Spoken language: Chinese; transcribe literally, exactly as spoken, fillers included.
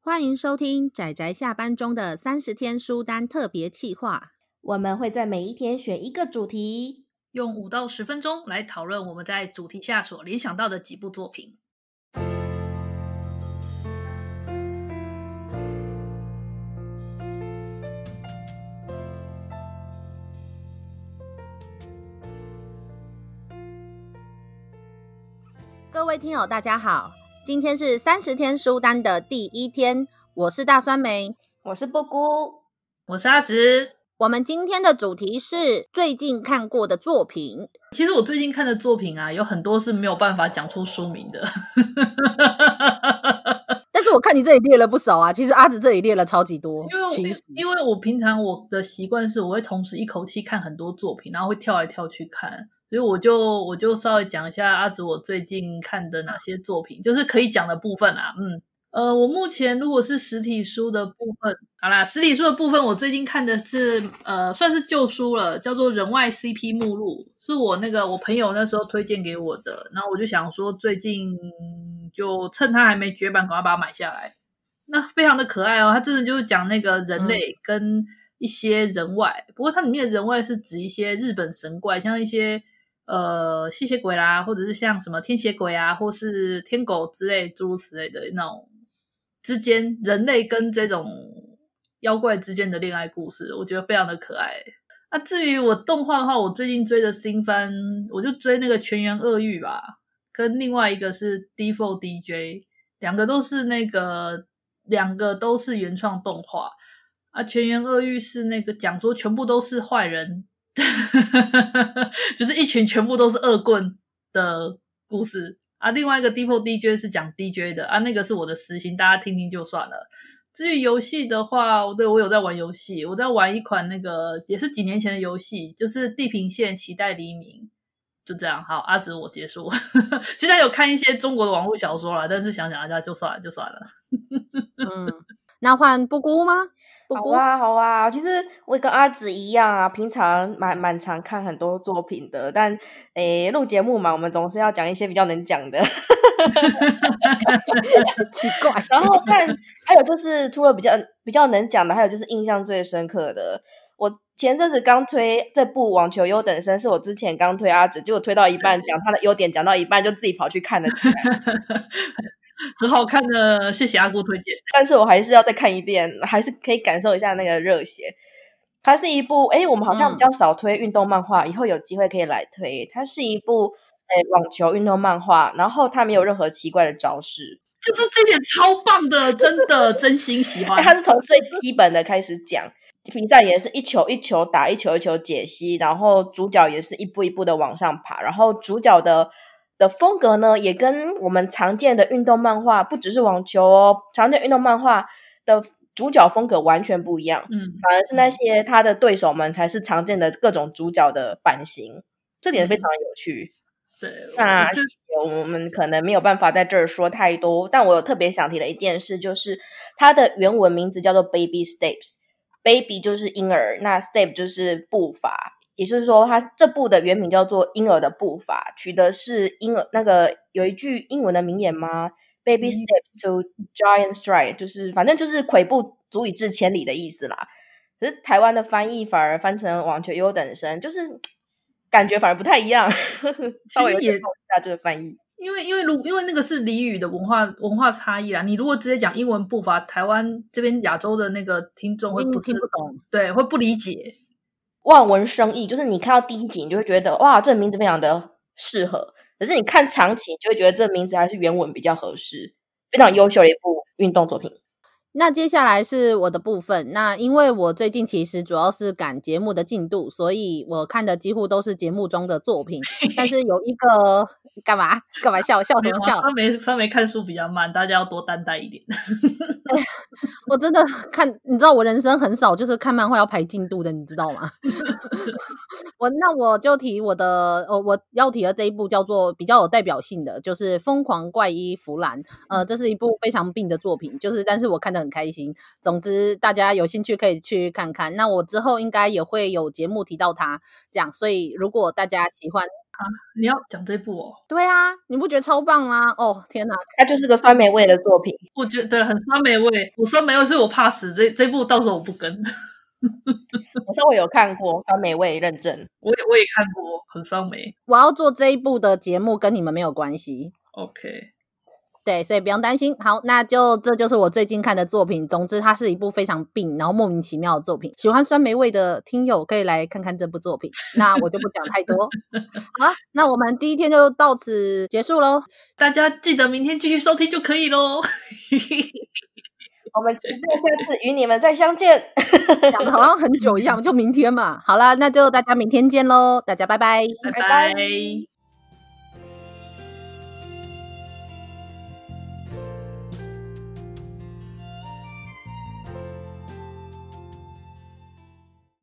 欢迎收听宅宅下班中的三十天书单特别企划。 我们会在每一天选一个主题， 用五到十分钟来讨论我们在主题下所联想到的几部作品。 各位听友大家好，今天是三十天书单的第一天，我是大酸梅， 我是布姑， 我是阿直。 我们今天的主题是最近看过的作品。 其实我最近看的作品啊，有很多是没有办法讲出书名的。 但是我看你这里列了不少啊，其实阿直这里列了超级多。 因为我因为我平常我的习惯是我会同时一口气看很多作品，然后会跳来跳去看，所以我就我就稍微讲一下阿直我最近看的哪些作品，就是可以讲的部分啊。嗯。呃，我目前如果是实体书的部分，好啦，实体书的部分我最近看的是呃，算是旧书了，叫做《人外 C P 目录》，是我那个我朋友那时候推荐给我的，然后我就想说最近就趁它还没绝版，赶快把它买下来。那非常的可爱哦，它真的就是讲那个人类跟一些人外，嗯、不过它里面的人外是指一些日本神怪，像一些呃吸血鬼啦，或者是像什么天血鬼啊，或是天狗之类诸如此类的那种之间人类跟这种妖怪之间的恋爱故事，我觉得非常的可爱。那、啊、至于我动画的话，我最近追的新番，我就追那个全员恶欲吧，跟另外一个是 D 四 D J， 两个都是那个两个都是原创动画啊。全员恶欲是那个讲说全部都是坏人就是一群全部都是恶棍的故事啊。另外一个 D 四 D J 是讲 D J 的啊，那个是我的私心，大家听听就算了。至于游戏的话，对，我有在玩游戏，我在玩一款那个也是几年前的游戏，就是地平线期待黎明。就这样，好，阿直我结束。其实还有看一些中国的网络小说啦，但是想想大家就算了就算了。 嗯，那换布姑吗？布姑好啊好啊，其实我跟阿紫一样啊，平常蛮蛮常看很多作品的，但诶录节目嘛，我们总是要讲一些比较能讲的。 奇怪。 然后看还有就是除了比较比较能讲的，还有就是印象最深刻的。我前阵子刚推这部《网球优等生》，是我之前刚推阿直，结果推到一半讲他的优点，讲到一半就自己跑去看了起来。 很好看的，谢谢阿姑推荐。 但是我还是要再看一遍，还是可以感受一下那个热血。它是一部诶我们好像比较少推运动漫画、嗯、以后有机会可以来推。它是一部诶网球运动漫画，然后它没有任何奇怪的招式， 就是这点超棒的，真的真心喜欢。 它是从最基本的开始讲，比赛也是一球一球打，一球一球解析，然后主角也是一步一步的往上爬，然后主角的的风格呢也跟我们常见的运动漫画不只是网球哦，常见运动漫画的主角风格完全不一样，嗯，反而是那些他的对手们才是常见的各种主角的版型，这点非常有趣。 嗯、对， 那我们可能没有办法在这儿说太多，但我有特别想提的一件事，就是它的原文名字叫做 Baby Steps，Baby 就是婴儿，那 Step 就是步伐，也就是说它这部的原名叫做婴儿的步伐，取的是婴儿那个有一句英文的名言吗？ Baby step to giant stride， 就是反正就是跬步足以至千里的意思啦。可是台湾的翻译反而翻成网球优等生，就是感觉反而不太一样。稍微有点看一下这个翻译， 因为因为如因为那个是俚语的文化文化差异啦，你如果直接讲英文步伐，台湾这边亚洲的那个听众会不听不懂， 对，会不理解。 望文生义，就是你看到第一集你就会觉得哇，这个名字非常的适合，可是你看长期就会觉得这个名字还是原文比较合适，非常优秀的一部运动作品。 那接下来是我的部分，那因为我最近其实主要是赶节目的进度，所以我看的几乎都是节目中的作品。但是有一个干嘛干嘛笑笑什么笑？ 酸梅酸梅看书比较慢，大家要多担待一点。 我真的看，你知道我人生很少就是看漫画要排进度的，你知道吗？我那我就提我的呃，我要提的这一部叫做比较有代表性的，就是《疯狂怪医弗兰》。呃，这是一部非常病的作品，就是但是我看得很开心。总之，大家有兴趣可以去看看。那我之后应该也会有节目提到它，这样。所以如果大家喜欢啊，你要讲这部哦？ 对啊，你不觉得超棒吗？哦天哪， 它就是个酸梅味的作品。 我觉得很酸梅味，我酸梅味是我怕死，这这部到时候我不跟。 我稍微有看过酸梅味认证， 我也我也看过，很酸梅。 我要做这一部的节目跟你们没有关系。 OK。 对，所以不用担心。好，那就这就是我最近看的作品。总之，它是一部非常病，然后莫名其妙的作品。喜欢酸梅味的听友可以来看看这部作品。那我就不讲太多。好，那我们第一天就到此结束咯。 大家记得明天继续收听就可以咯。 我们期待下次与你们再相见。 讲的好像很久一样，就明天嘛。好啦，那就大家明天见咯，大家拜拜， 拜拜。